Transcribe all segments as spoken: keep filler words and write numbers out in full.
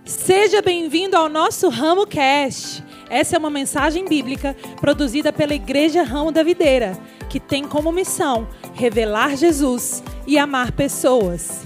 Seja bem-vindo ao nosso Ramo Cast. Essa é uma mensagem bíblica produzida pela Igreja Ramo da Videira, que tem como missão revelar Jesus e amar pessoas.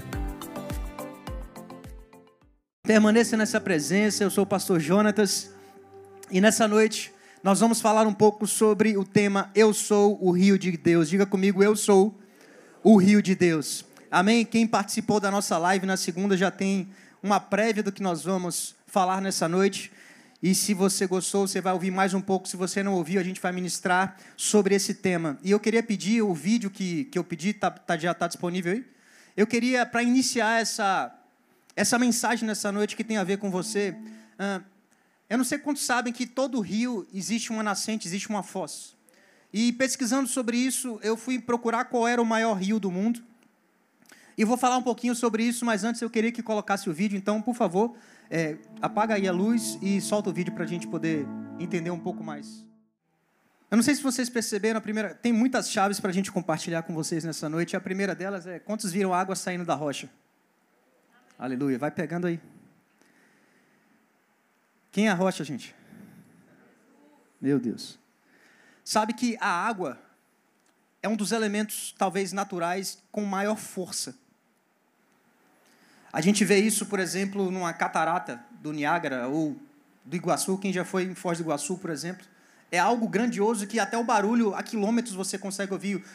Permaneça nessa presença, eu sou o pastor Jonatas e nessa noite nós vamos falar um pouco sobre o tema Eu sou o Rio de Deus. Diga comigo, eu sou o Rio de Deus. Amém? Quem participou da nossa live na segunda já tem uma prévia do que nós vamos falar nessa noite. E se você gostou, você vai ouvir mais um pouco. Se você não ouviu, a gente vai ministrar sobre esse tema. E eu queria pedir, o vídeo que, que eu pedi tá, tá, já está disponível aí. Eu queria, para iniciar essa, essa mensagem nessa noite que tem a ver com você, uh, eu não sei quantos sabem que todo rio existe uma nascente, existe uma foz. E pesquisando sobre isso, eu fui procurar qual era o maior rio do mundo. E vou falar um pouquinho sobre isso, mas antes eu queria que colocasse o vídeo. Então, por favor, é, apaga aí a luz e solta o vídeo para a gente poder entender um pouco mais. Eu não sei se vocês perceberam, a primeira, tem muitas chaves para a gente compartilhar com vocês nessa noite. A primeira delas é, quantos viram água saindo da rocha? Aleluia, vai pegando aí. Quem é a rocha, gente? Meu Deus. Sabe que a água é um dos elementos, talvez, naturais com maior força. A gente vê isso, por exemplo, numa catarata do Niágara ou do Iguaçu. Quem já foi em Foz do Iguaçu, por exemplo, é algo grandioso que até o barulho a quilômetros você consegue ouvir.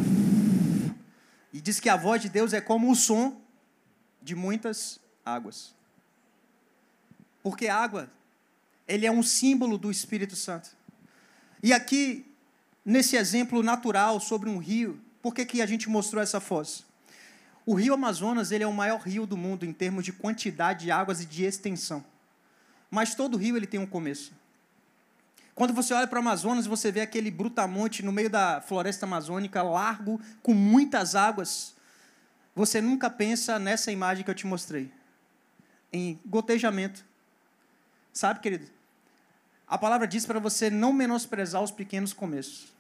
E diz que a voz de Deus é como o som de muitas águas. Porque a água, ele é um símbolo do Espírito Santo. E aqui, nesse exemplo natural sobre um rio, por que que a gente mostrou essa foz? O rio Amazonas, ele é o maior rio do mundo em termos de quantidade de águas e de extensão. Mas todo rio ele tem um começo. Quando você olha para o Amazonas, você vê aquele brutamonte no meio da floresta amazônica, largo, com muitas águas. Você nunca pensa nessa imagem que eu te mostrei, em gotejamento. Sabe, querido? A palavra diz para você não menosprezar os pequenos começos.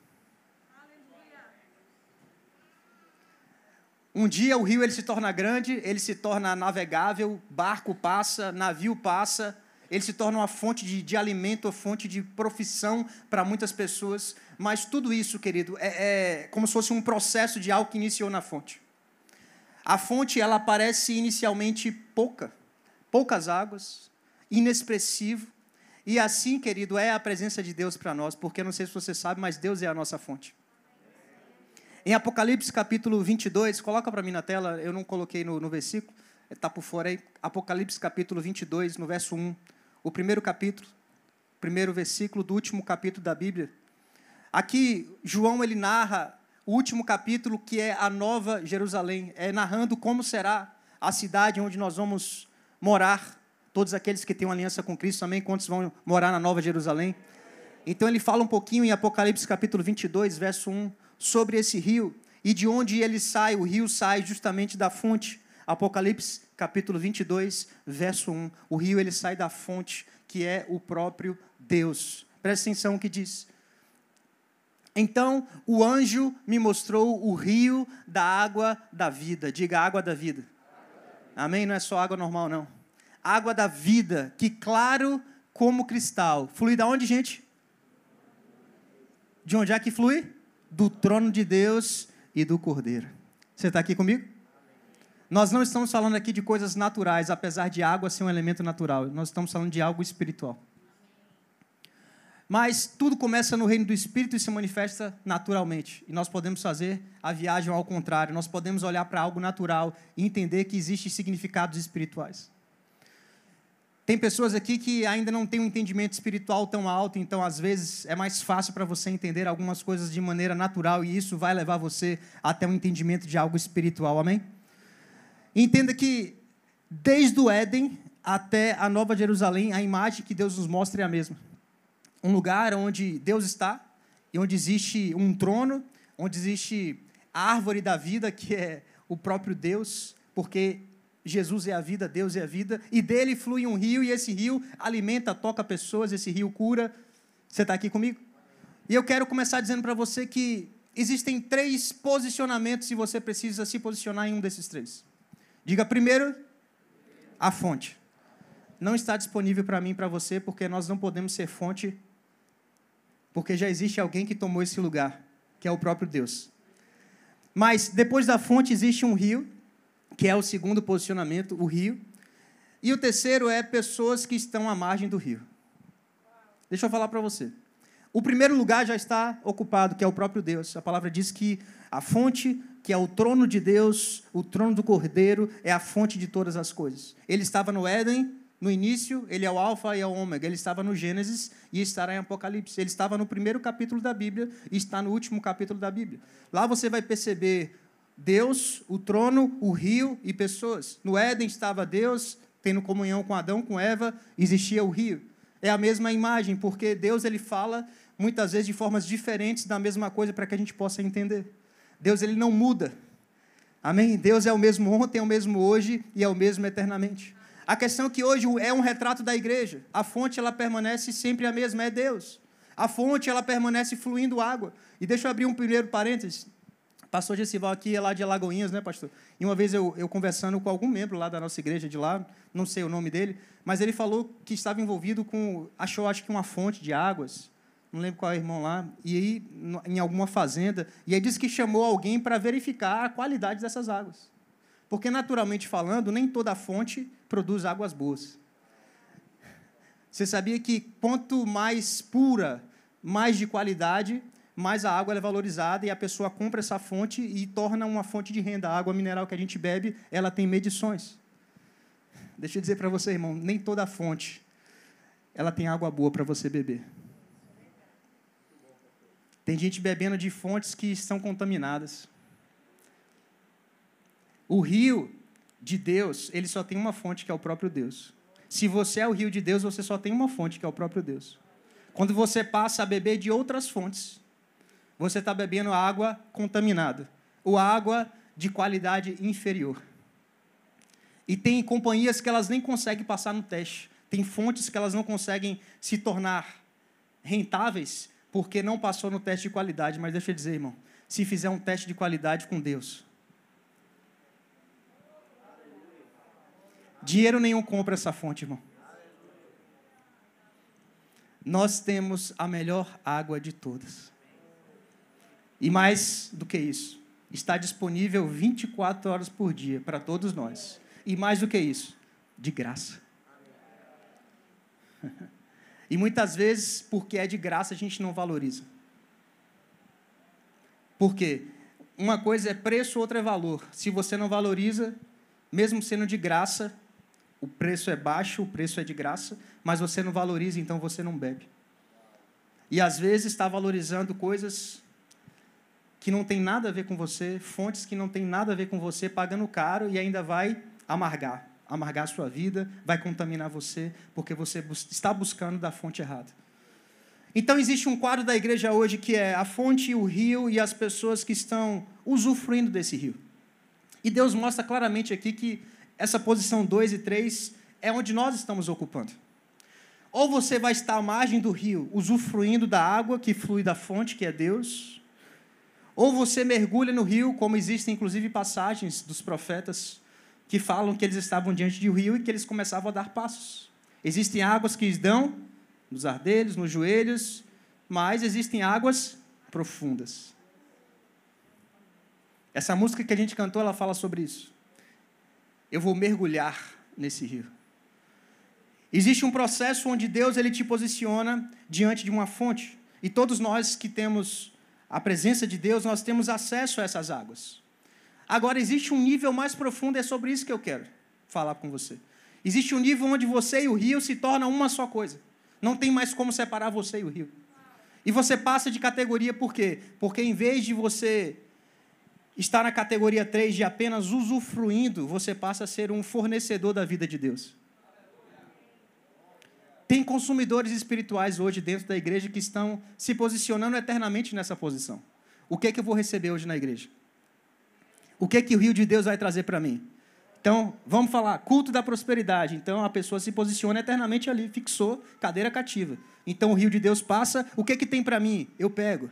Um dia o rio ele se torna grande, ele se torna navegável, barco passa, navio passa, ele se torna uma fonte de, de alimento, uma fonte de profissão para muitas pessoas. Mas tudo isso, querido, é, é como se fosse um processo de algo que iniciou na fonte. A fonte, ela parece inicialmente pouca, poucas águas, inexpressivo. E assim, querido, é a presença de Deus para nós, porque eu não sei se você sabe, mas Deus é a nossa fonte. Em Apocalipse capítulo vinte e dois, coloca para mim na tela, eu não coloquei no, no versículo, está por fora aí. Apocalipse capítulo vinte e dois, no verso um, o primeiro capítulo, primeiro versículo do último capítulo da Bíblia. Aqui, João, ele narra o último capítulo, que é a Nova Jerusalém, é narrando como será a cidade onde nós vamos morar, todos aqueles que têm uma aliança com Cristo também, quantos vão morar na Nova Jerusalém. Então, ele fala um pouquinho em Apocalipse capítulo vinte e dois, verso um, sobre esse rio, e de onde ele sai. O rio sai justamente da fonte. Apocalipse capítulo vinte e dois, verso um. O rio ele sai da fonte, que é o próprio Deus. Presta atenção no que diz. Então, o anjo me mostrou o rio da água da vida. Diga, água da vida. Amém? Não é só água normal, não. Água da vida, que claro como cristal. Flui da onde, gente? De onde é que flui? Do trono de Deus e do Cordeiro. Você está aqui comigo? Nós não estamos falando aqui de coisas naturais, apesar de água ser um elemento natural. Nós estamos falando de algo espiritual. Mas tudo começa no reino do Espírito e se manifesta naturalmente. E nós podemos fazer a viagem ao contrário. Nós podemos olhar para algo natural e entender que existem significados espirituais. Tem pessoas aqui que ainda não têm um entendimento espiritual tão alto, então, às vezes, é mais fácil para você entender algumas coisas de maneira natural, e isso vai levar você até um entendimento de algo espiritual, amém? Entenda que, desde o Éden até a Nova Jerusalém, a imagem que Deus nos mostra é a mesma. Um lugar onde Deus está, e onde existe um trono, onde existe a árvore da vida, que é o próprio Deus, porque Jesus é a vida, Deus é a vida, e dele flui um rio, e esse rio alimenta, toca pessoas, esse rio cura. Você está aqui comigo? E eu quero começar dizendo para você que existem três posicionamentos e você precisa se posicionar em um desses três. Diga primeiro, a fonte. não está disponível para mim e para você, porque nós não podemos ser fonte, porque já existe alguém que tomou esse lugar, que é o próprio Deus. Mas depois da fonte existe um rio, que é o segundo posicionamento, o rio. E o terceiro é pessoas que estão à margem do rio. Deixa eu falar para você. O primeiro lugar já está ocupado, que é o próprio Deus. A palavra diz que a fonte, que é o trono de Deus, o trono do Cordeiro, é a fonte de todas as coisas. Ele estava no Éden, no início, ele é o alfa e é o ômega. Ele estava no Gênesis e estará em Apocalipse. Ele estava no primeiro capítulo da Bíblia e está no último capítulo da Bíblia. Lá você vai perceber Deus, o trono, o rio e pessoas. No Éden estava Deus, tendo comunhão com Adão, com Eva, existia o rio. É a mesma imagem, porque Deus ele fala muitas vezes de formas diferentes da mesma coisa para que a gente possa entender. Deus ele não muda. Amém? Deus é o mesmo ontem, é o mesmo hoje e é o mesmo eternamente. A questão é que hoje é um retrato da igreja. A fonte ela permanece sempre a mesma, é Deus. A fonte ela permanece fluindo água. E deixa eu abrir um primeiro parênteses. Pastor Gessival aqui é lá de Alagoinhas, né, pastor? E uma vez eu, eu conversando com algum membro lá da nossa igreja de lá, não sei o nome dele, mas ele falou que estava envolvido com, achou acho que uma fonte de águas, não lembro qual é o irmão lá, e aí em alguma fazenda, e aí disse que chamou alguém para verificar a qualidade dessas águas. Porque, naturalmente falando, nem toda fonte produz águas boas. Você sabia que quanto mais pura, mais de qualidade, mais a água é valorizada e a pessoa compra essa fonte e torna uma fonte de renda. A água mineral que a gente bebe, ela tem medições. Deixa eu dizer para você, irmão, nem toda fonte ela tem água boa para você beber. Tem gente bebendo de fontes que estão contaminadas. O rio de Deus, ele só tem uma fonte, que é o próprio Deus. Se você é o rio de Deus, você só tem uma fonte, que é o próprio Deus. Quando você passa a beber de outras fontes, você está bebendo água contaminada, ou água de qualidade inferior. E tem companhias que elas nem conseguem passar no teste. Tem fontes que elas não conseguem se tornar rentáveis porque não passou no teste de qualidade. Mas deixa eu dizer, irmão, se fizer um teste de qualidade com Deus, dinheiro nenhum compra essa fonte, irmão. Nós temos a melhor água de todas. E mais do que isso, está disponível vinte e quatro horas por dia para todos nós. E mais do que isso, de graça. E muitas vezes, porque é de graça, a gente não valoriza. Por quê? Uma coisa é preço, outra é valor. Se você não valoriza, mesmo sendo de graça, o preço é baixo, o preço é de graça, mas você não valoriza, então você não bebe. E às vezes está valorizando coisas que não tem nada a ver com você, fontes que não tem nada a ver com você, pagando caro e ainda vai amargar, amargar a sua vida, vai contaminar você, porque você está buscando da fonte errada. Então, existe um quadro da igreja hoje que é a fonte, o rio e as pessoas que estão usufruindo desse rio. E Deus mostra claramente aqui que essa posição dois e três é onde nós estamos ocupando. Ou você vai estar à margem do rio, usufruindo da água que flui da fonte, que é Deus, ou você mergulha no rio, como existem inclusive passagens dos profetas que falam que eles estavam diante de um rio e que eles começavam a dar passos. Existem águas que dão nos ardelhos, nos joelhos, mas existem águas profundas. Essa música que a gente cantou, ela fala sobre isso. Eu vou mergulhar nesse rio. Existe um processo onde Deus ele te posiciona diante de uma fonte. E todos nós que temos a presença de Deus, nós temos acesso a essas águas. Agora, existe um nível mais profundo, é sobre isso que eu quero falar com você. Existe um nível onde você e o rio se tornam uma só coisa. Não tem mais como separar você e o rio. E você passa de categoria por quê? Porque em vez de você estar na categoria três de apenas usufruindo, você passa a ser um fornecedor da vida de Deus. Tem consumidores espirituais hoje dentro da igreja que estão se posicionando eternamente nessa posição. O que é que eu vou receber hoje na igreja? O que é que o rio de Deus vai trazer para mim? Então, vamos falar, culto da prosperidade. Então, a pessoa se posiciona eternamente ali, fixou, cadeira cativa. Então, o rio de Deus passa, o que é que tem para mim? Eu pego.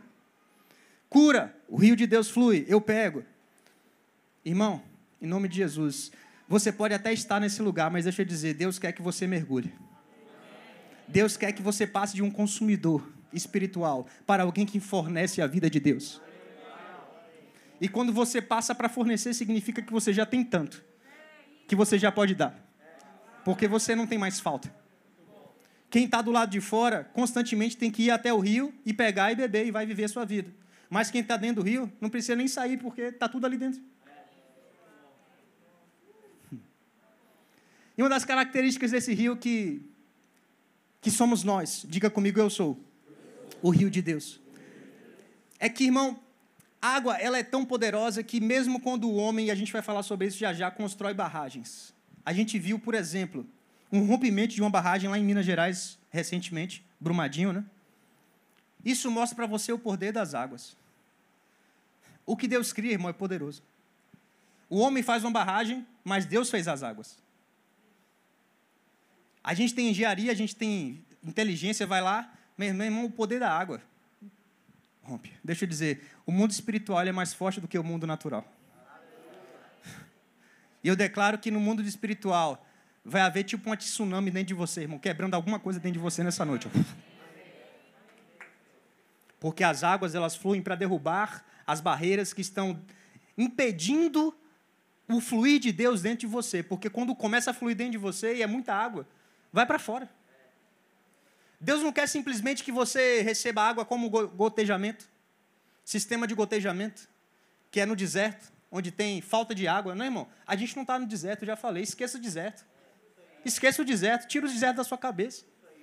Cura, o rio de Deus flui, eu pego. Irmão, em nome de Jesus, Você pode até estar nesse lugar, mas deixa eu dizer, Deus quer que você mergulhe. Deus quer que você passe de um consumidor espiritual para alguém que fornece a vida de Deus. E quando você passa para fornecer, significa que você já tem tanto, que você já pode dar. Porque você não tem mais falta. Quem está do lado de fora, constantemente tem que ir até o rio e pegar e beber e vai viver a sua vida. Mas quem está dentro do rio, não precisa nem sair, porque está tudo ali dentro. E uma das características desse rio que, que somos nós, diga comigo, eu sou o rio de Deus. É que, irmão, a água ela é tão poderosa que mesmo quando o homem, e a gente vai falar sobre isso já já, constrói barragens. A gente viu, por exemplo, um rompimento de uma barragem lá em Minas Gerais, recentemente, Brumadinho, né? Isso mostra para você o poder das águas. O que Deus cria, irmão, é poderoso. O homem faz uma barragem, mas Deus fez as águas. A gente tem engenharia, a gente tem inteligência, vai lá, meu irmão, o poder da água rompe. Deixa eu dizer, o mundo espiritual é mais forte do que o mundo natural. E eu declaro que no mundo espiritual vai haver tipo um tsunami dentro de você, irmão, quebrando alguma coisa dentro de você nessa noite. Porque as águas, elas fluem para derrubar as barreiras que estão impedindo o fluir de Deus dentro de você. Porque quando começa a fluir dentro de você e é muita água, vai para fora. Deus não quer simplesmente que você receba água como gotejamento, sistema de gotejamento, que é no deserto, onde tem falta de água. Não, irmão, a gente não está no deserto, eu já falei, esqueça o deserto. Esqueça o deserto, tira o deserto da sua cabeça.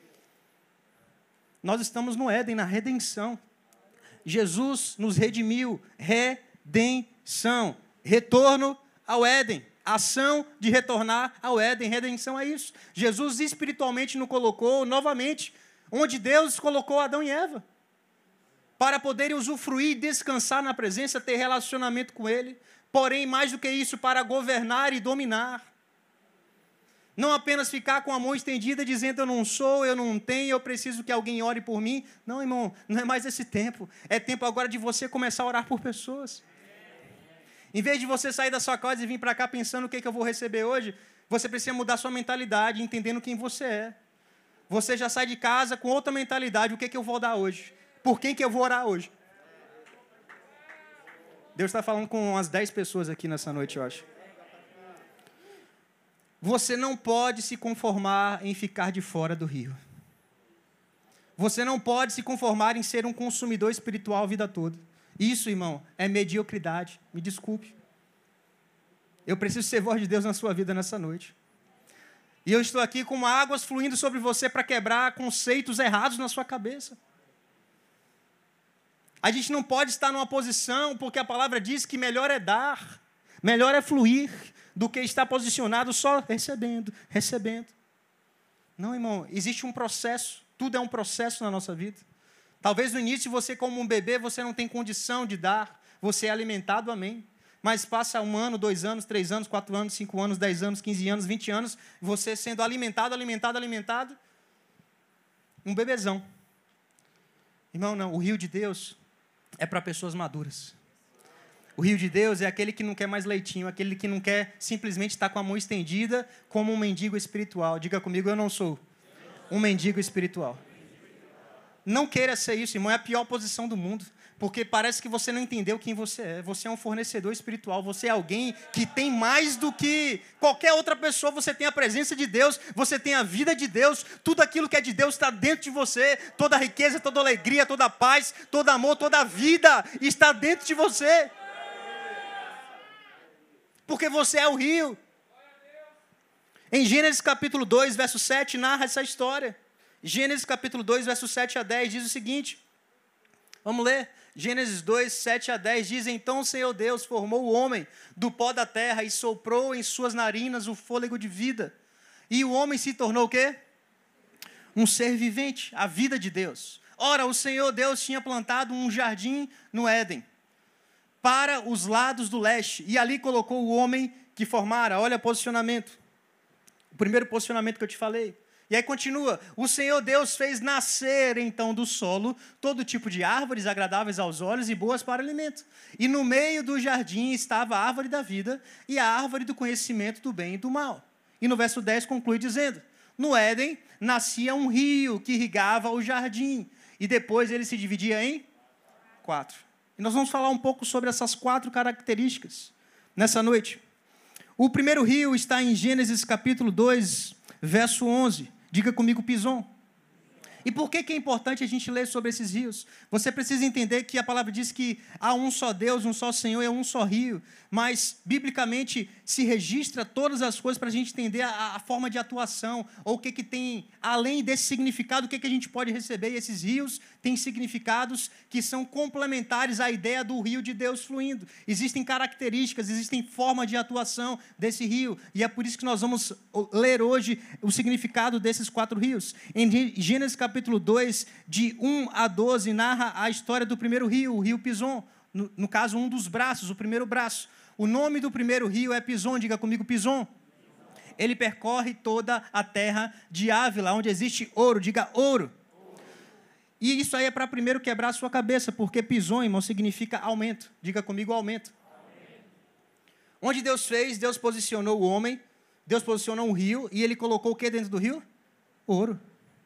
Nós estamos no Éden, na redenção. Jesus nos redimiu, redenção, retorno ao Éden. Ação de retornar ao Éden, redenção é isso. Jesus espiritualmente nos colocou novamente, onde Deus colocou Adão e Eva, para poderem usufruir e descansar na presença, ter relacionamento com Ele, porém, mais do que isso, para governar e dominar. Não apenas ficar com a mão estendida, dizendo, eu não sou, eu não tenho, eu preciso que alguém ore por mim. Não, irmão, não é mais esse tempo. É tempo agora de você começar a orar por pessoas. Em vez de você sair da sua casa e vir para cá pensando o que, que eu vou receber hoje, você precisa mudar sua mentalidade, entendendo quem você é. Você já sai de casa com outra mentalidade. O que, que eu vou dar hoje? Por quem que eu vou orar hoje? Deus está falando com umas dez pessoas aqui nessa noite, eu acho. Você não pode se conformar em ficar de fora do rio. Você não pode se conformar em ser um consumidor espiritual a vida toda. Isso, irmão, é mediocridade. Me desculpe. Eu preciso ser voz de Deus na sua vida nessa noite. E eu estou aqui com águas fluindo sobre você para quebrar conceitos errados na sua cabeça. A gente não pode estar numa posição, porque a palavra diz que melhor é dar, melhor é fluir, do que estar posicionado só recebendo, recebendo. Não, irmão, existe um processo, tudo é um processo na nossa vida. Talvez no início você, como um bebê, você não tem condição de dar, você é alimentado, amém. Mas passa um ano, dois anos, três anos, quatro anos, cinco anos, dez anos, quinze anos, vinte anos, você sendo alimentado, alimentado, alimentado, um bebezão. Irmão, não, o rio de Deus é para pessoas maduras. O rio de Deus é aquele que não quer mais leitinho, aquele que não quer simplesmente estar com a mão estendida como um mendigo espiritual. Diga comigo, eu não sou um mendigo espiritual. Não queira ser isso, irmão, é a pior posição do mundo, porque parece que você não entendeu quem você é. Você é um fornecedor espiritual, você é alguém que tem mais do que qualquer outra pessoa. Você tem a presença de Deus, você tem a vida de Deus, tudo aquilo que é de Deus está dentro de você, toda a riqueza, toda a alegria, toda a paz, todo amor, toda a vida está dentro de você. Porque você é o rio. Em Gênesis capítulo dois, verso sete, narra essa história. Gênesis capítulo dois, verso sete a dez, diz o seguinte. Vamos ler. Gênesis dois, sete a dez, diz, então o Senhor Deus formou o homem do pó da terra e soprou em suas narinas o fôlego de vida. E o homem se tornou o quê? Um ser vivente, a vida de Deus. Ora, o Senhor Deus tinha plantado um jardim no Éden, para os lados do leste, e ali colocou o homem que formara. Olha o posicionamento. O primeiro posicionamento que eu te falei. E aí continua, o Senhor Deus fez nascer então do solo todo tipo de árvores agradáveis aos olhos e boas para alimento. E no meio do jardim estava a árvore da vida e a árvore do conhecimento do bem e do mal. E no verso dez conclui dizendo, no Éden nascia um rio que irrigava o jardim e depois ele se dividia em quatro. E nós vamos falar um pouco sobre essas quatro características nessa noite. O primeiro rio está em Gênesis capítulo dois, verso onze. Diga comigo, Pison. E por que, que é importante a gente ler sobre esses rios? Você precisa entender que a palavra diz que há um só Deus, um só Senhor e um só rio. Mas, biblicamente, se registra todas as coisas para a gente entender a, a forma de atuação, ou o que, que tem, além desse significado, o que, que a gente pode receber. E esses rios têm significados que são complementares à ideia do rio de Deus fluindo. Existem características, existem formas de atuação desse rio. E é por isso que nós vamos ler hoje o significado desses quatro rios. Em Gênesis capítulo dois, de um a doze, narra a história do primeiro rio, o rio Pison. No, no caso, um dos braços, o primeiro braço. O nome do primeiro rio é Pison, diga comigo, Pison. Ele percorre toda a terra de Ávila, onde existe ouro, diga ouro. E isso aí é para primeiro quebrar a sua cabeça, porque Pison, irmão, significa aumento. Diga comigo, aumento. Onde Deus fez, Deus posicionou o homem, Deus posicionou um rio, e ele colocou o que dentro do rio? Ouro.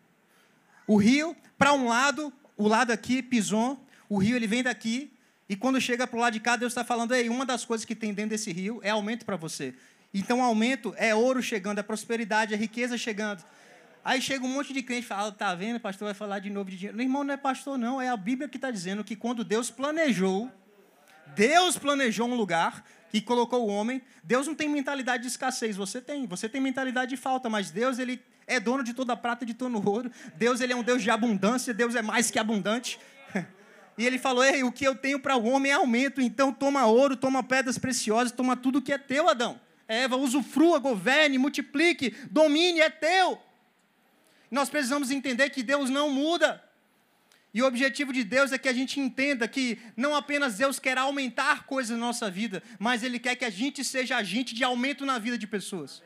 O rio, para um lado, o lado aqui, Pison, o rio ele vem daqui, e quando chega para o lado de cá, Deus está falando, ei, uma das coisas que tem dentro desse rio é aumento para você. Então, aumento é ouro chegando, é prosperidade, é riqueza chegando. Aí chega um monte de crente e fala, tá vendo, pastor vai falar de novo de dinheiro. Meu irmão, não é pastor não, é a Bíblia que está dizendo que quando Deus planejou, Deus planejou um lugar e colocou o homem, Deus não tem mentalidade de escassez, você tem, você tem mentalidade de falta, mas Deus, ele é dono de toda a prata e de todo o ouro. Deus, ele é um Deus de abundância, Deus é mais que abundante. E ele falou, ei, o que eu tenho para o homem é aumento, então toma ouro, toma pedras preciosas, toma tudo que é teu, Adão. Eva, usufrua, governe, multiplique, domine, é teu. Nós precisamos entender que Deus não muda. E o objetivo de Deus é que a gente entenda que não apenas Deus quer aumentar coisas na nossa vida, mas Ele quer que a gente seja agente de aumento na vida de pessoas.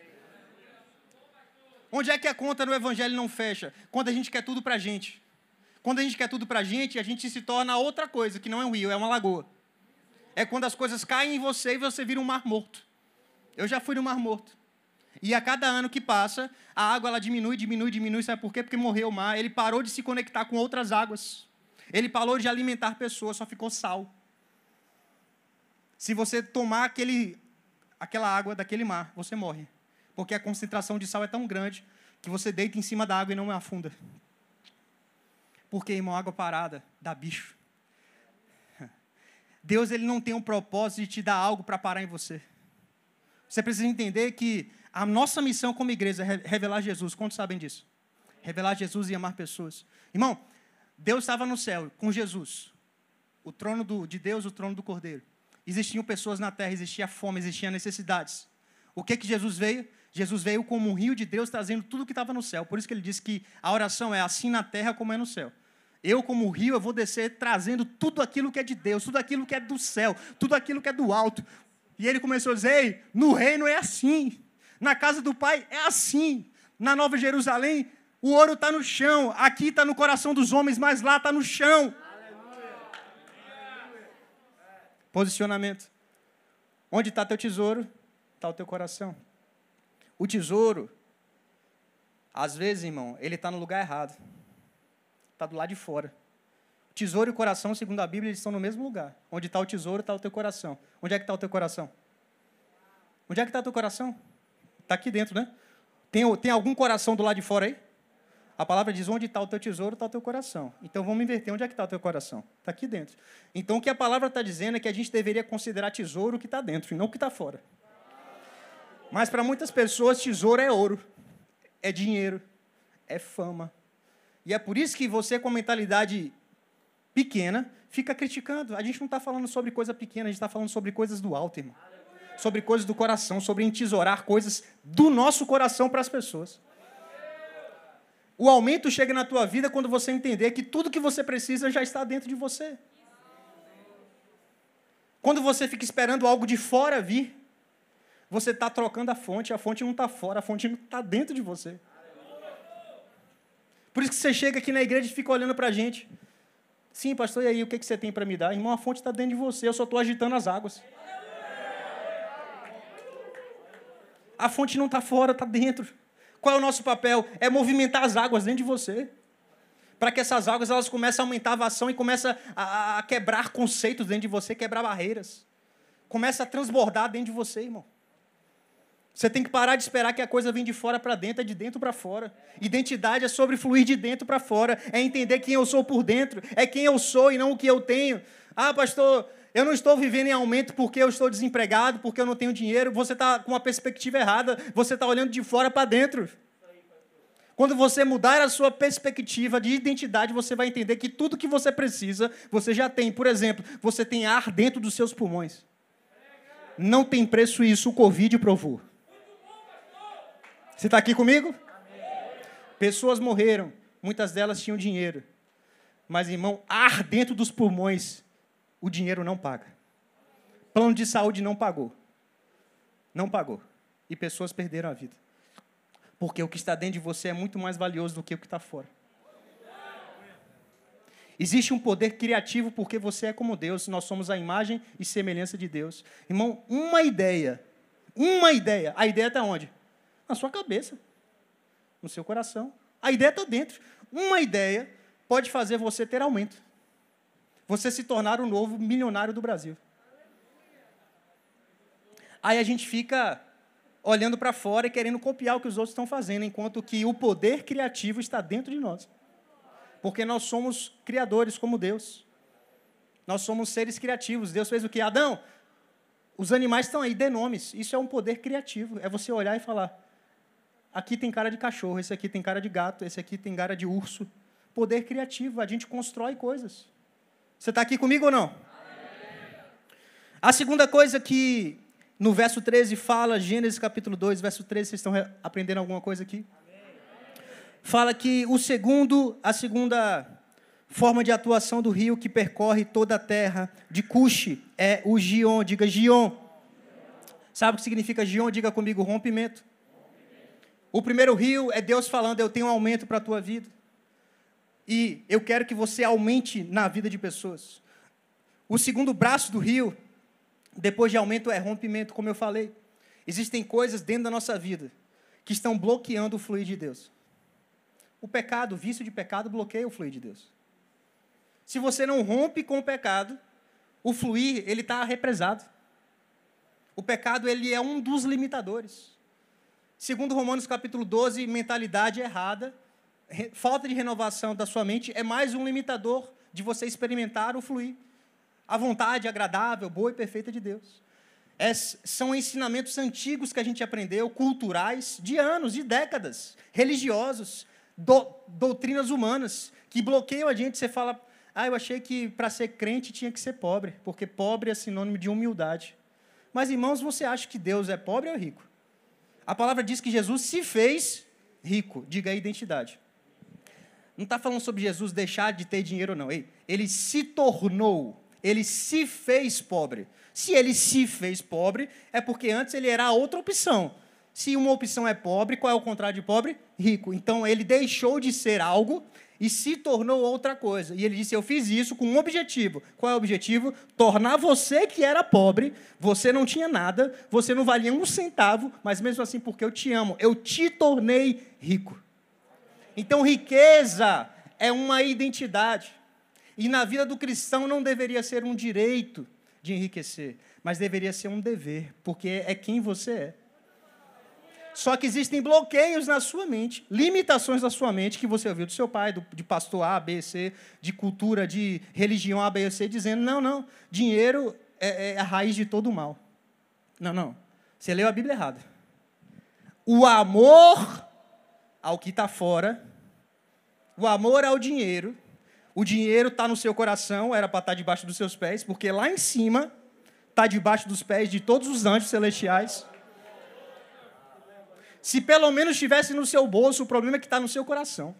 Onde é que a conta no Evangelho não fecha? Quando a gente quer tudo para a gente. Quando a gente quer tudo para a gente, a gente se torna outra coisa, que não é um rio, é uma lagoa. É quando as coisas caem em você e você vira um mar morto. Eu já fui no mar morto. E a cada ano que passa, a água ela diminui, diminui, diminui. Sabe por quê? Porque morreu o mar. Ele parou de se conectar com outras águas. Ele parou de alimentar pessoas, só ficou sal. Se você tomar aquele, aquela água daquele mar, você morre. Porque a concentração de sal é tão grande que você deita em cima da água e não afunda. Porque, irmão, água parada dá bicho. Deus ele não tem um propósito de te dar algo para parar em você. Você precisa entender que a nossa missão como igreja é revelar Jesus. Quantos sabem disso? Revelar Jesus e amar pessoas. Irmão, Deus estava no céu com Jesus. O trono do, de Deus, o trono do Cordeiro. Existiam pessoas na terra, existia fome, existiam necessidades. O que que Jesus veio? Jesus veio como um rio de Deus trazendo tudo que estava no céu. Por isso que ele disse que a oração é assim na terra como é no céu. Eu, como rio, eu vou descer trazendo tudo aquilo que é de Deus, tudo aquilo que é do céu, tudo aquilo que é do alto. E ele começou a dizer, ei, no reino é assim, na casa do Pai é assim, na Nova Jerusalém o ouro está no chão, aqui está no coração dos homens, mas lá está no chão. Aleluia. Posicionamento. Onde está teu tesouro, está o teu coração. O tesouro, às vezes, irmão, ele está no lugar errado. Está do lado de fora. O tesouro e o coração, segundo a Bíblia, eles estão no mesmo lugar. Onde está o tesouro, está o teu coração. Onde é que está o teu coração? Onde é que está o teu coração? Está aqui dentro, né? Tem, tem algum coração do lado de fora aí? A palavra diz, onde está o teu tesouro, está o teu coração. Então, vamos inverter. Onde é que está o teu coração? Está aqui dentro. Então, o que a palavra está dizendo é que a gente deveria considerar tesouro o que está dentro, e não o que está fora. Mas, para muitas pessoas, tesouro é ouro, é dinheiro, é fama. E é por isso que você, com mentalidade pequena, fica criticando. A gente não está falando sobre coisa pequena, a gente está falando sobre coisas do alto, irmão. Sobre coisas do coração, sobre entesourar coisas do nosso coração para as pessoas. O aumento chega na tua vida quando você entender que tudo que você precisa já está dentro de você. Quando você fica esperando algo de fora vir, você está trocando a fonte, a fonte não está fora, a fonte não está dentro de você. Por isso que você chega aqui na igreja e fica olhando para a gente. Sim, pastor, e aí, o que você tem para me dar? Irmão, a fonte está dentro de você, eu só estou agitando as águas. A fonte não está fora, está dentro. Qual é o nosso papel? É movimentar as águas dentro de você. Para que essas águas elas comecem a aumentar a vação e comecem a, a quebrar conceitos dentro de você, quebrar barreiras. Começa a transbordar dentro de você, irmão. Você tem que parar de esperar que a coisa vem de fora para dentro, é de dentro para fora. Identidade é sobre fluir de dentro para fora, é entender quem eu sou por dentro, é quem eu sou e não o que eu tenho. Ah, pastor, eu não estou vivendo em aumento porque eu estou desempregado, porque eu não tenho dinheiro. Você está com uma perspectiva errada, você está olhando de fora para dentro. Quando você mudar a sua perspectiva de identidade, você vai entender que tudo que você precisa, você já tem. Por exemplo, você tem ar dentro dos seus pulmões. Não tem preço isso, o Covid provou. Você está aqui comigo? Amém. Pessoas morreram, muitas delas tinham dinheiro. Mas, irmão, ar dentro dos pulmões, o dinheiro não paga. Plano de saúde não pagou. Não pagou. E pessoas perderam a vida. Porque o que está dentro de você é muito mais valioso do que o que está fora. Existe um poder criativo porque você é como Deus, nós somos a imagem e semelhança de Deus. Irmão, uma ideia, uma ideia, a ideia está onde? Na sua cabeça, no seu coração. A ideia está dentro. Uma ideia pode fazer você ter aumento. Você se tornar o novo milionário do Brasil. Aí a gente fica olhando para fora e querendo copiar o que os outros estão fazendo, enquanto que o poder criativo está dentro de nós. Porque nós somos criadores como Deus. Nós somos seres criativos. Deus fez o quê? Adão, os animais estão aí, dê nomes. Isso é um poder criativo. É você olhar e falar, aqui tem cara de cachorro, esse aqui tem cara de gato, esse aqui tem cara de urso. Poder criativo, a gente constrói coisas. Você está aqui comigo ou não? Amém. A segunda coisa que no verso treze fala, Gênesis capítulo dois, verso treze, vocês estão aprendendo alguma coisa aqui? Amém. Fala que o segundo, a segunda forma de atuação do rio que percorre toda a terra de Cuxi é o Gion, diga Gion. Sabe o que significa Gion? Diga comigo, rompimento. O primeiro rio é Deus falando, eu tenho um aumento para a tua vida. E eu quero que você aumente na vida de pessoas. O segundo braço do rio, depois de aumento, é rompimento, como eu falei. Existem coisas dentro da nossa vida que estão bloqueando o fluir de Deus. O pecado, o vício de pecado, bloqueia o fluir de Deus. Se você não rompe com o pecado, o fluir, ele está represado. O pecado, ele é um dos limitadores. Segundo Romanos capítulo doze, mentalidade errada, re, falta de renovação da sua mente é mais um limitador de você experimentar o fluir. A vontade agradável, boa e perfeita de Deus. É, são ensinamentos antigos que a gente aprendeu, culturais, de anos, de décadas, religiosos, do, doutrinas humanas, que bloqueiam a gente. Você fala, ah, eu achei que para ser crente tinha que ser pobre, porque pobre é sinônimo de humildade. Mas, irmãos, você acha que Deus é pobre ou rico? A palavra diz que Jesus se fez rico. Diga aí, identidade. Não está falando sobre Jesus deixar de ter dinheiro, não. Ele se tornou, ele se fez pobre. Se ele se fez pobre, é porque antes ele era a outra opção. Se uma opção é pobre, qual é o contrário de pobre? Rico. Então, ele deixou de ser algo e se tornou outra coisa. E ele disse, eu fiz isso com um objetivo. Qual é o objetivo? Tornar você que era pobre, você não tinha nada, você não valia um centavo, mas mesmo assim, porque eu te amo, eu te tornei rico. Então, riqueza é uma identidade. E na vida do cristão não deveria ser um direito de enriquecer, mas deveria ser um dever, porque é quem você é. Só que existem bloqueios na sua mente, limitações na sua mente, que você ouviu do seu pai, do, de pastor A, B, C, de cultura, de religião A, B, C, dizendo, não, não, dinheiro é, é a raiz de todo o mal. Não, não, você leu a Bíblia errada. O amor ao que está fora, o amor ao dinheiro, o dinheiro está no seu coração, era para estar debaixo dos seus pés, porque lá em cima está debaixo dos pés de todos os anjos celestiais. Se pelo menos estivesse no seu bolso, o problema é que está no seu coração.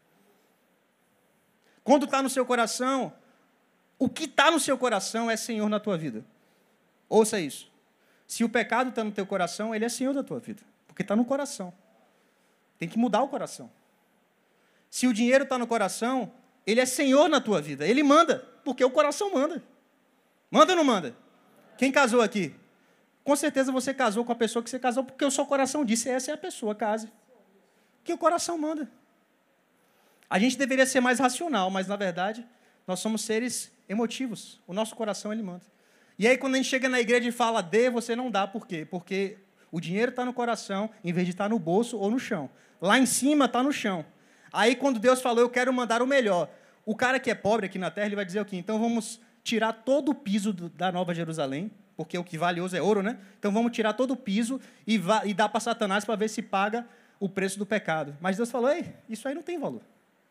Quando está no seu coração, o que está no seu coração é Senhor na tua vida. Ouça isso. Se o pecado está no teu coração, ele é Senhor da tua vida, porque está no coração. Tem que mudar o coração. Se o dinheiro está no coração, ele é senhor na tua vida. Ele manda, porque o coração manda. Manda ou não manda? Quem casou aqui? Com certeza você casou com a pessoa que você casou, porque o seu coração disse, essa é a pessoa, case. Que o coração manda. A gente deveria ser mais racional, mas, na verdade, nós somos seres emotivos. O nosso coração, ele manda. E aí, quando a gente chega na igreja e fala, dê, você não dá. Por quê? Porque o dinheiro está no coração, em vez de estar no bolso ou no chão. Lá em cima está no chão. Aí, quando Deus falou, eu quero mandar o melhor. O cara que é pobre aqui na terra, ele vai dizer o quê? Então, vamos tirar todo o piso do, da Nova Jerusalém, porque o que valioso é ouro, né? Então, vamos tirar todo o piso e, e dar para Satanás para ver se paga o preço do pecado. Mas Deus falou, ei, isso aí não tem valor.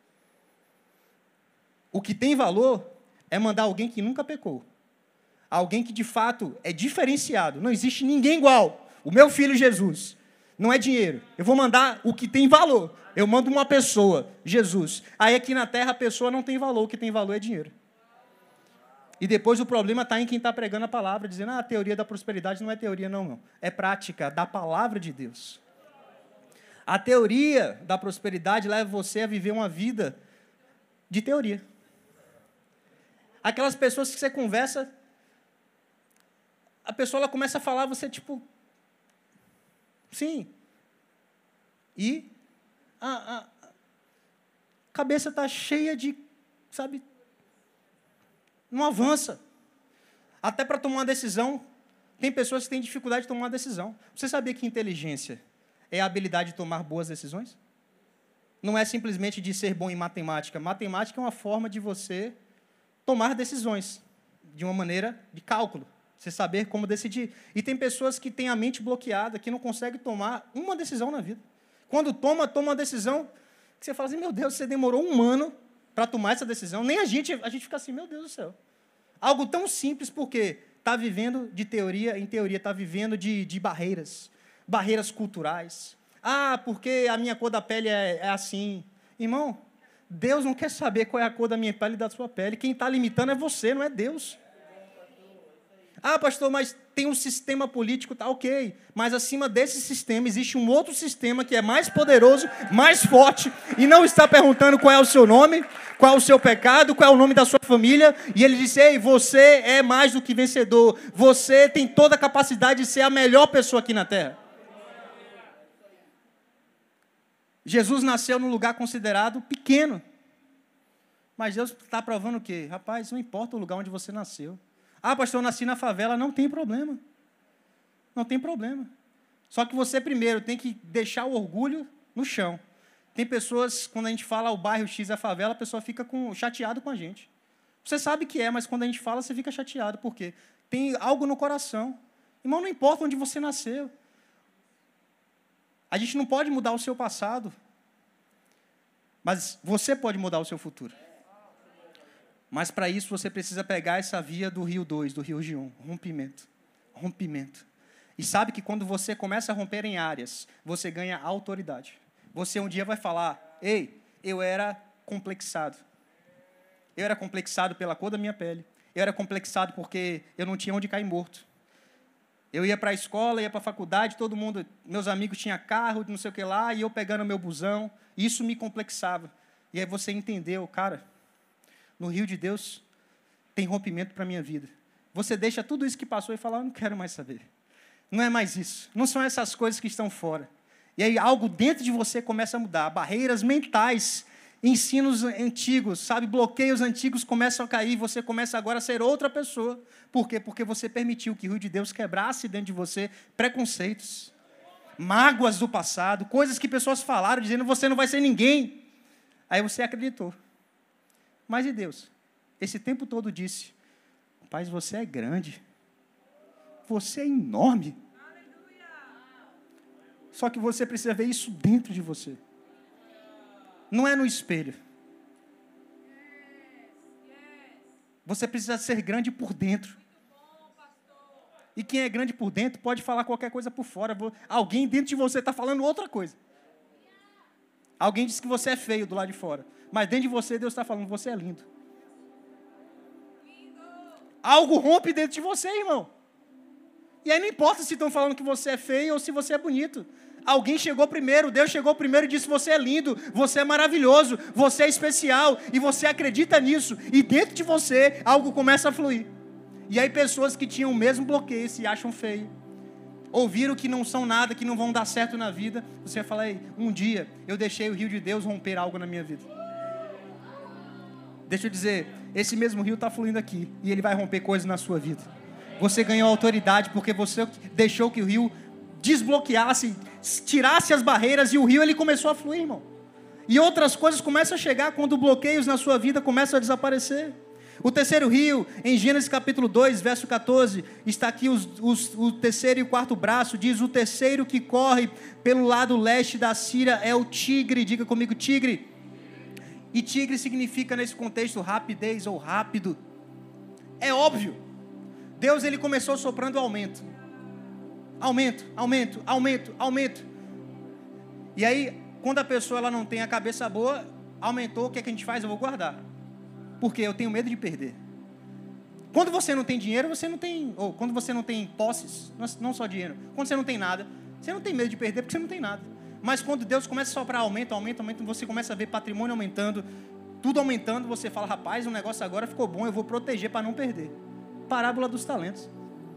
O que tem valor é mandar alguém que nunca pecou. Alguém que, de fato, é diferenciado. Não existe ninguém igual. O meu filho Jesus. Não é dinheiro. Eu vou mandar o que tem valor. Eu mando uma pessoa, Jesus. Aí, aqui na terra, a pessoa não tem valor. O que tem valor é dinheiro. E depois o problema está em quem está pregando a palavra, dizendo, ah, a teoria da prosperidade não é teoria, não, não. É prática da palavra de Deus. A teoria da prosperidade leva você a viver uma vida de teoria. Aquelas pessoas que você conversa, a pessoa ela começa a falar, você tipo, sim. E a, a cabeça está cheia de, sabe, não avança. Até para tomar uma decisão, tem pessoas que têm dificuldade de tomar uma decisão. Você sabia que inteligência é a habilidade de tomar boas decisões? Não é simplesmente de ser bom em matemática. Matemática é uma forma de você tomar decisões, de uma maneira de cálculo. Você saber como decidir. E tem pessoas que têm a mente bloqueada, que não conseguem tomar uma decisão na vida. Quando toma, toma uma decisão, que você fala assim, meu Deus, você demorou um ano para tomar essa decisão. Nem a gente, a gente fica assim, meu Deus do céu. Algo tão simples, porque está vivendo de teoria em teoria, está vivendo de, de barreiras, barreiras culturais. Ah, porque a minha cor da pele é, é assim. Irmão, Deus não quer saber qual é a cor da minha pele e da sua pele. Quem está limitando é você, não é Deus. Ah, pastor, mas tem um sistema político, tá ok. Mas acima desse sistema existe um outro sistema que é mais poderoso, mais forte, e não está perguntando qual é o seu nome, qual é o seu pecado, qual é o nome da sua família. E ele disse, ei, você é mais do que vencedor. Você tem toda a capacidade de ser a melhor pessoa aqui na terra. Jesus nasceu num lugar considerado pequeno. Mas Deus está provando o quê? Rapaz, não importa o lugar onde você nasceu. Ah, pastor, eu nasci na favela. Não tem problema. Não tem problema. Só que você primeiro tem que deixar o orgulho no chão. Tem pessoas, quando a gente fala o bairro X é a favela, a pessoa fica com, chateado com a gente. Você sabe que é, mas quando a gente fala, você fica chateado. Por quê? Tem algo no coração. Irmão, não importa onde você nasceu. A gente não pode mudar o seu passado, mas você pode mudar o seu futuro. Mas, para isso, você precisa pegar essa via do Rio dois, do Rio Gion, rompimento, rompimento. E sabe que quando você começa a romper em áreas, você ganha autoridade. Você um dia vai falar, ei, eu era complexado. Eu era complexado pela cor da minha pele. Eu era complexado porque eu não tinha onde cair morto. Eu ia para a escola, ia para a faculdade, todo mundo, meus amigos tinham carro, não sei o que lá, e eu pegando meu busão, isso me complexava. E aí você entendeu, cara, no Rio de Deus tem rompimento para a minha vida. Você deixa tudo isso que passou e fala, eu não quero mais saber. Não é mais isso. Não são essas coisas que estão fora. E aí algo dentro de você começa a mudar. Barreiras mentais, ensinos antigos, sabe, bloqueios antigos começam a cair, você começa agora a ser outra pessoa. Por quê? Porque você permitiu que o Rio de Deus quebrasse dentro de você preconceitos, mágoas do passado, coisas que pessoas falaram, dizendo, você não vai ser ninguém. Aí você acreditou. Mas e Deus? Esse tempo todo disse, Pai, você é grande, você é enorme. Só que você precisa ver isso dentro de você. Não é no espelho. Você precisa ser grande por dentro. E quem é grande por dentro pode falar qualquer coisa por fora. Alguém dentro de você está falando outra coisa. Alguém disse que você é feio do lado de fora. Mas dentro de você, Deus está falando, você é lindo. Algo rompe dentro de você, irmão. E aí não importa se estão falando que você é feio ou se você é bonito. Alguém chegou primeiro, Deus chegou primeiro e disse: você é lindo, você é maravilhoso, você é especial, e você acredita nisso, e dentro de você algo começa a fluir. E aí pessoas que tinham o mesmo bloqueio se acham feio, ouviram que não são nada, que não vão dar certo na vida. Você vai falar: ei, um dia eu deixei o rio de Deus romper algo na minha vida. Deixa eu dizer, esse mesmo rio está fluindo aqui, e ele vai romper coisas na sua vida. Você ganhou autoridade porque você deixou que o rio desbloqueasse, tirasse as barreiras, e o rio ele começou a fluir, irmão. E outras coisas começam a chegar quando bloqueios na sua vida começam a desaparecer. O terceiro rio, em Gênesis capítulo dois, verso catorze, está aqui os, os, o terceiro e o quarto braço, diz: o terceiro que corre pelo lado leste da Síria é o Tigre. Diga comigo, Tigre. E tigre significa nesse contexto rapidez ou rápido. É óbvio, Deus ele começou soprando aumento. Aumento, aumento, aumento, aumento. E aí, quando a pessoa ela não tem a cabeça boa, aumentou, o que é que a gente faz? Eu vou guardar. Porque eu tenho medo de perder. Quando você não tem dinheiro, você não tem... Ou quando você não tem posses, não só dinheiro. Quando você não tem nada, você não tem medo de perder porque você não tem nada. Mas quando Deus começa a soprar aumento, aumento, aumento, você começa a ver patrimônio aumentando, tudo aumentando, você fala: rapaz, o negócio agora ficou bom, eu vou proteger para não perder. Parábola dos talentos.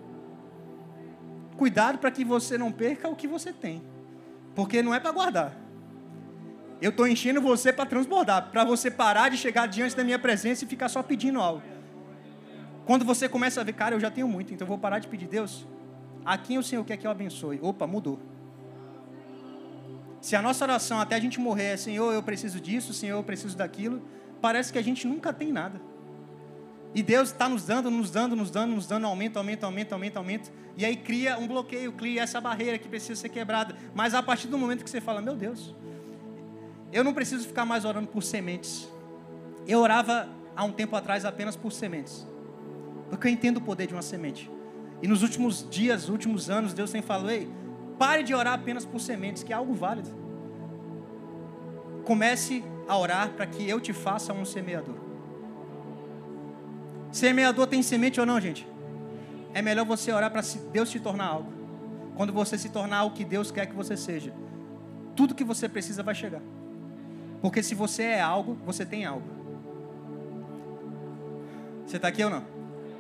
Cuidado para que você não perca o que você tem. Porque não é para guardar. Eu estou enchendo você para transbordar, para você parar de chegar diante da minha presença e ficar só pedindo algo. Quando você começa a ver: cara, eu já tenho muito, então eu vou parar de pedir. Deus, a quem o Senhor quer que eu abençoe? Opa, mudou. Se a nossa oração até a gente morrer é: Senhor, eu preciso disso, Senhor, eu preciso daquilo, parece que a gente nunca tem nada. E Deus está nos dando, nos dando, nos dando, nos dando aumento, aumento, aumento, aumento, aumento. E aí cria um bloqueio, cria essa barreira que precisa ser quebrada. Mas a partir do momento que você fala: meu Deus, eu não preciso ficar mais orando por sementes. Eu orava há um tempo atrás apenas por sementes, porque eu entendo o poder de uma semente. E nos últimos dias, últimos anos, Deus tem falado: ei, pare de orar apenas por sementes, que é algo válido. Comece a orar para que eu te faça um semeador. Semeador tem semente ou não, gente? É melhor você orar para Deus te tornar algo. Quando você se tornar o que Deus quer que você seja, tudo que você precisa vai chegar. Porque se você é algo, você tem algo. Você está aqui ou não?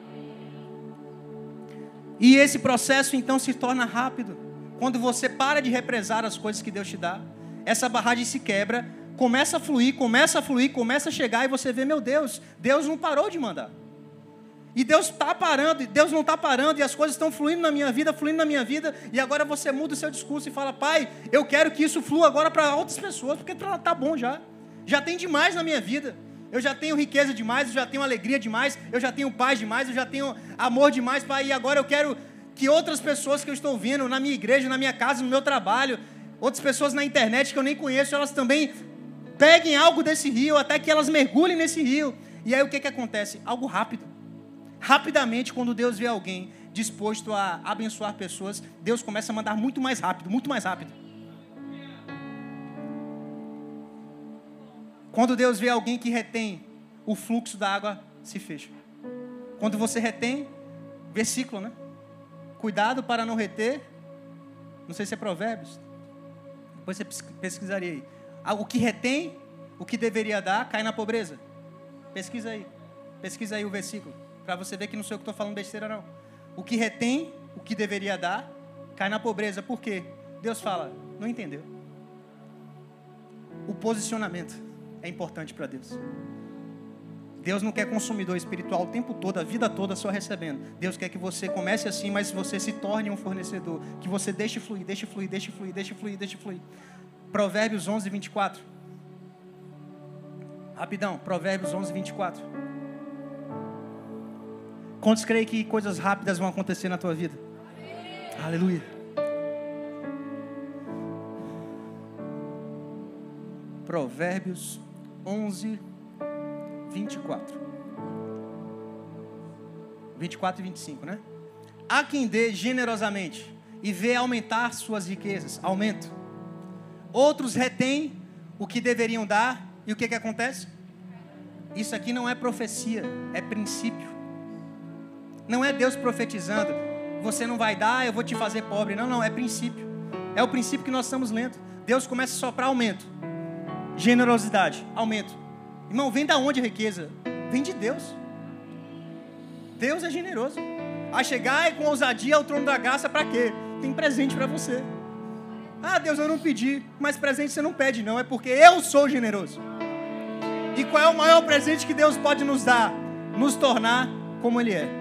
E esse processo então se torna rápido. Quando você para de represar as coisas que Deus te dá, essa barragem se quebra, começa a fluir, começa a fluir, começa a chegar, e você vê: meu Deus, Deus não parou de mandar. E Deus está parando, e Deus não está parando, e as coisas estão fluindo na minha vida, fluindo na minha vida, e agora você muda o seu discurso e fala: pai, eu quero que isso flua agora para outras pessoas, porque está bom já. Já tem demais na minha vida. Eu já tenho riqueza demais, eu já tenho alegria demais, eu já tenho paz demais, eu já tenho amor demais, pai, e agora eu quero que outras pessoas que eu estou vendo na minha igreja, na minha casa, no meu trabalho, outras pessoas na internet que eu nem conheço, elas também peguem algo desse rio, até que elas mergulhem nesse rio. E aí o que que acontece? Algo rápido. Rapidamente, quando Deus vê alguém disposto a abençoar pessoas, Deus começa a mandar muito mais rápido, muito mais rápido. Quando Deus vê alguém que retém, o fluxo da água se fecha. Quando você retém, versículo, né? Cuidado para não reter, não sei se é Provérbios, depois você pesquisaria aí. O que retém, o que deveria dar, cai na pobreza. Pesquisa aí, pesquisa aí o versículo, para você ver que não sou eu que estou falando besteira não. O que retém, o que deveria dar, cai na pobreza. Por quê? Deus fala: não entendeu. O posicionamento é importante para Deus. Deus não quer consumidor espiritual o tempo todo, a vida toda só recebendo. Deus quer que você comece assim, mas você se torne um fornecedor. Que você deixe fluir, deixe fluir, deixe fluir, deixe fluir, deixe fluir. Provérbios onze, vinte e quatro. Rapidão, Provérbios onze, vinte e quatro. Quantos creem que coisas rápidas vão acontecer na tua vida? Amém. Aleluia. Provérbios onze, vinte e quatro. vinte e quatro e vinte e cinco, né? Há quem dê generosamente e vê aumentar suas riquezas. Aumento. Outros retêm o que deveriam dar. E o que que acontece? Isso aqui não é profecia, é princípio. Não é Deus profetizando: você não vai dar, eu vou te fazer pobre. Não, não, é princípio. É o princípio que nós estamos lendo. Deus começa a soprar aumento. Generosidade, aumento. Irmão, vem da onde a riqueza? Vem de Deus. Deus é generoso. A chegar com ousadia ao trono da graça para quê? Tem presente para você. Ah, Deus, eu não pedi. Mas presente você não pede não, é porque eu sou generoso. E qual é o maior presente que Deus pode nos dar? Nos tornar como Ele é.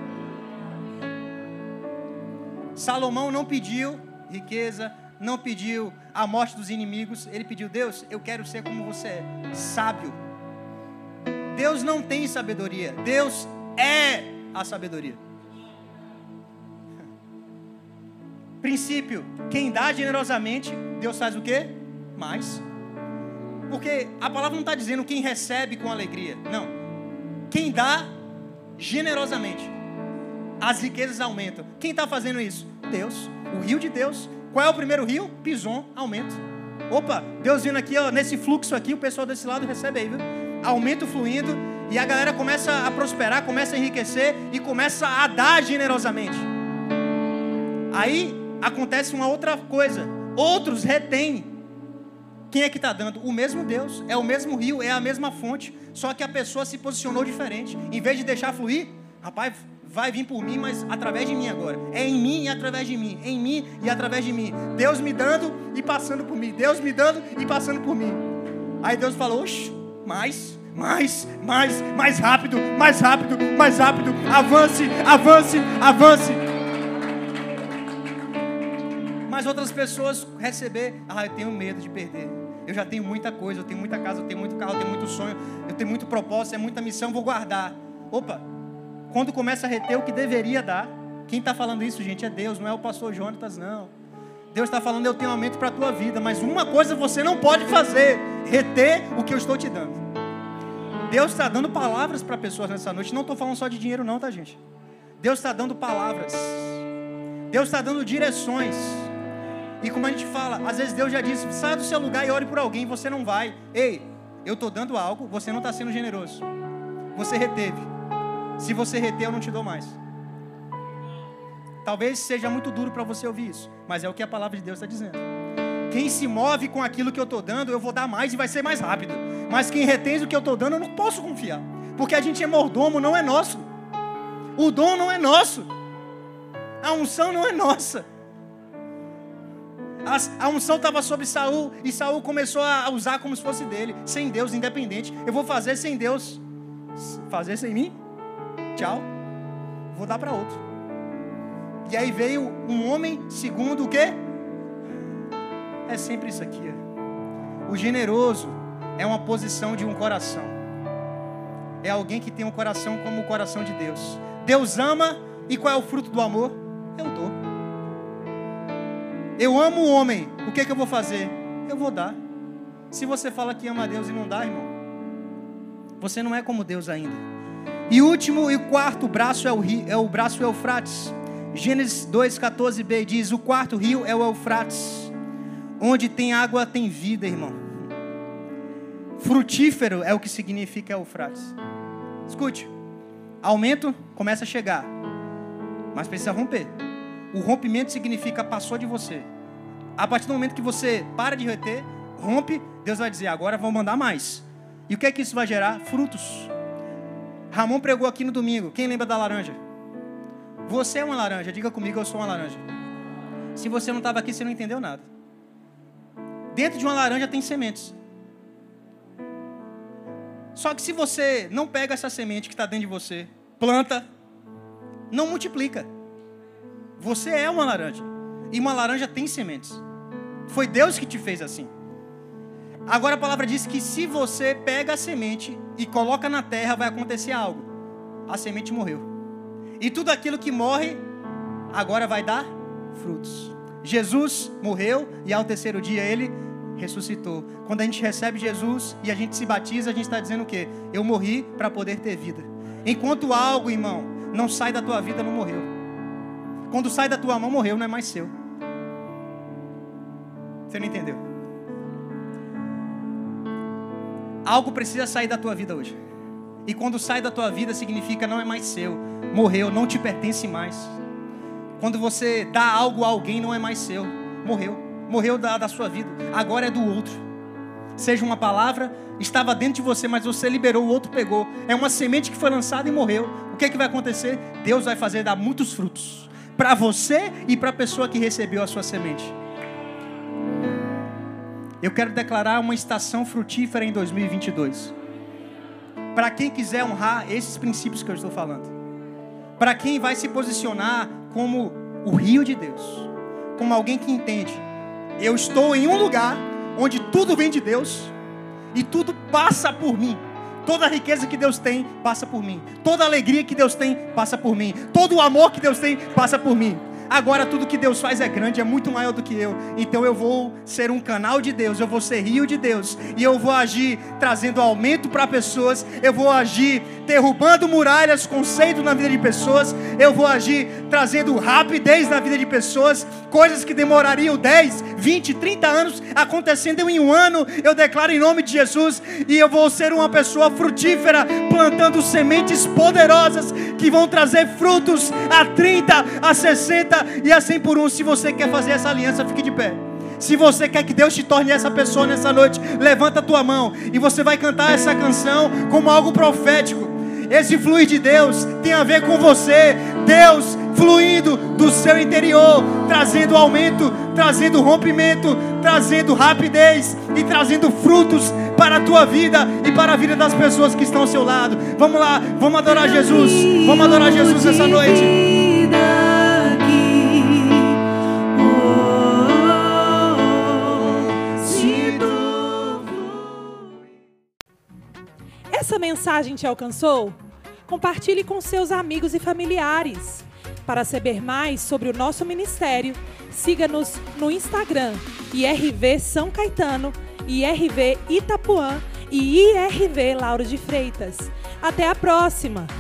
Salomão não pediu riqueza, não pediu a morte dos inimigos. Ele pediu: Deus, eu quero ser como você é, sábio. Deus não tem sabedoria, Deus é a sabedoria. Princípio: quem dá generosamente, Deus faz o quê? Mais. Porque a palavra não está dizendo quem recebe com alegria. Não. Quem dá generosamente, as riquezas aumentam. Quem está fazendo isso? Deus. O rio de Deus. Qual é o primeiro rio? Pison, aumento. Opa, Deus vindo aqui, ó, nesse fluxo aqui, o pessoal desse lado recebe aí, viu? Aumento fluindo, e a galera começa a prosperar, começa a enriquecer e começa a dar generosamente. Aí acontece uma outra coisa. Outros retêm. Quem é que está dando? O mesmo Deus. É o mesmo rio, é a mesma fonte. Só que a pessoa se posicionou diferente. Em vez de deixar fluir, rapaz, vai vir por mim, mas através de mim agora. É em mim e através de mim. Em mim e através de mim. Deus me dando e passando por mim. Deus me dando e passando por mim. Aí Deus falou: oxe, mais, mais, mais, mais rápido, mais rápido, mais rápido. Avance, avance, avance. Mas outras pessoas receber: ah, eu tenho medo de perder. Eu já tenho muita coisa, eu tenho muita casa, eu tenho muito carro, eu tenho muito sonho, eu tenho muito propósito, é muita missão, vou guardar. Opa, quando começa a reter o que deveria dar, quem está falando isso, gente, é Deus, não é o pastor Jonatas, não. Deus está falando: eu tenho aumento para a tua vida, mas uma coisa você não pode fazer: reter o que eu estou te dando. Deus está dando palavras para pessoas nessa noite. Não estou falando só de dinheiro não, tá, gente? Deus está dando palavras. Deus está dando direções. E como a gente fala, às vezes Deus já diz: saia do seu lugar e ore por alguém. Você não vai. Ei, eu estou dando algo, você não está sendo generoso. Você reteve. Se você reter, eu não te dou mais. Talvez seja muito duro para você ouvir isso, mas é o que a palavra de Deus está dizendo. Quem se move com aquilo que eu estou dando, eu vou dar mais e vai ser mais rápido. Mas quem retém o que eu estou dando, eu não posso confiar. Porque a gente é mordomo, não é nosso. O dom não é nosso. A unção não é nossa. A unção estava sobre Saul e Saul começou a usar como se fosse dele, sem Deus, independente. Eu vou fazer sem Deus. Fazer sem mim? Tchau. Vou dar para outro. E aí veio um homem segundo o quê? É sempre isso aqui. Ó. O generoso é uma posição de um coração. É alguém que tem um coração como o coração de Deus. Deus ama, e qual é o fruto do amor? Eu dou. Eu amo o homem, o que, que eu vou fazer? Eu vou dar. Se você fala que ama a Deus e não dá, irmão, você não é como Deus ainda. E o último e quarto braço é o, rio, é o braço Eufrates. Gênesis dois, quatorze b diz: o quarto rio é o Eufrates. Onde tem água tem vida, irmão. Frutífero é o que significa Eufrates. Escute, aumento começa a chegar, mas precisa romper. O rompimento significa passou de você. A partir do momento que você para de reter, rompe, Deus vai dizer: agora vou mandar mais. E o que é que isso vai gerar? Frutos. Ramon pregou aqui no domingo. Quem lembra da laranja? Você é uma laranja. Diga comigo: eu sou uma laranja. Se você não estava aqui, você não entendeu nada. Dentro de uma laranja tem sementes. Só que se você não pega essa semente que está dentro de você, planta, não multiplica. Você é uma laranja. E uma laranja tem sementes. Foi Deus que te fez assim. Agora a palavra diz que se você pega a semente e coloca na terra, vai acontecer algo. A semente morreu. E tudo aquilo que morre, agora vai dar frutos. Jesus morreu e ao terceiro dia ele ressuscitou. Quando a gente recebe Jesus e a gente se batiza, a gente está dizendo o quê? Eu morri para poder ter vida. Enquanto algo, irmão, não sai da tua vida, não morreu. Quando sai da tua mão, morreu, não é mais seu. Você não entendeu? Algo precisa sair da tua vida hoje. E quando sai da tua vida, significa não é mais seu. Morreu, não te pertence mais. Quando você dá algo a alguém, não é mais seu. morreu. Morreu da, da sua vida. Agora é do outro. Seja uma palavra, estava dentro de você, mas você liberou, o outro pegou. É uma semente que foi lançada e morreu. O que é que vai acontecer? Deus vai fazer dar muitos frutos. Para você e para a pessoa que recebeu a sua semente. Eu quero declarar uma estação frutífera em dois mil e vinte e dois. Para quem quiser honrar esses princípios que eu estou falando. Para quem vai se posicionar como o rio de Deus. Como alguém que entende. Eu estou em um lugar onde tudo vem de Deus. E tudo passa por mim. Toda a riqueza que Deus tem, passa por mim. Toda a alegria que Deus tem, passa por mim. Todo o amor que Deus tem, passa por mim. Agora tudo que Deus faz é grande, é muito maior do que eu. Então eu vou ser um canal de Deus, eu vou ser rio de Deus. E eu vou agir trazendo aumento para pessoas. Eu vou agir derrubando muralhas, conceito na vida de pessoas. Eu vou agir trazendo rapidez na vida de pessoas. Coisas que demorariam dez, vinte, trinta anos, acontecendo em um ano. Eu declaro em nome de Jesus. E eu vou ser uma pessoa frutífera, plantando sementes poderosas que vão trazer frutos a trinta, a sessenta e a cem por um. Se você quer fazer essa aliança, fique de pé. Se você quer que Deus te torne essa pessoa nessa noite, levanta a tua mão e você vai cantar essa canção como algo profético. Esse fluir de Deus tem a ver com você. Deus fluindo do seu interior, trazendo aumento, trazendo rompimento, trazendo rapidez e trazendo frutos para a tua vida e para a vida das pessoas que estão ao seu lado. Vamos lá, vamos adorar Jesus. Vamos adorar Jesus essa noite. Essa mensagem te alcançou? Compartilhe com seus amigos e familiares. Para saber mais sobre o nosso ministério, siga-nos no Instagram, I R V São Caetano, I R V Itapuã e I R V Lauro de Freitas. Até a próxima!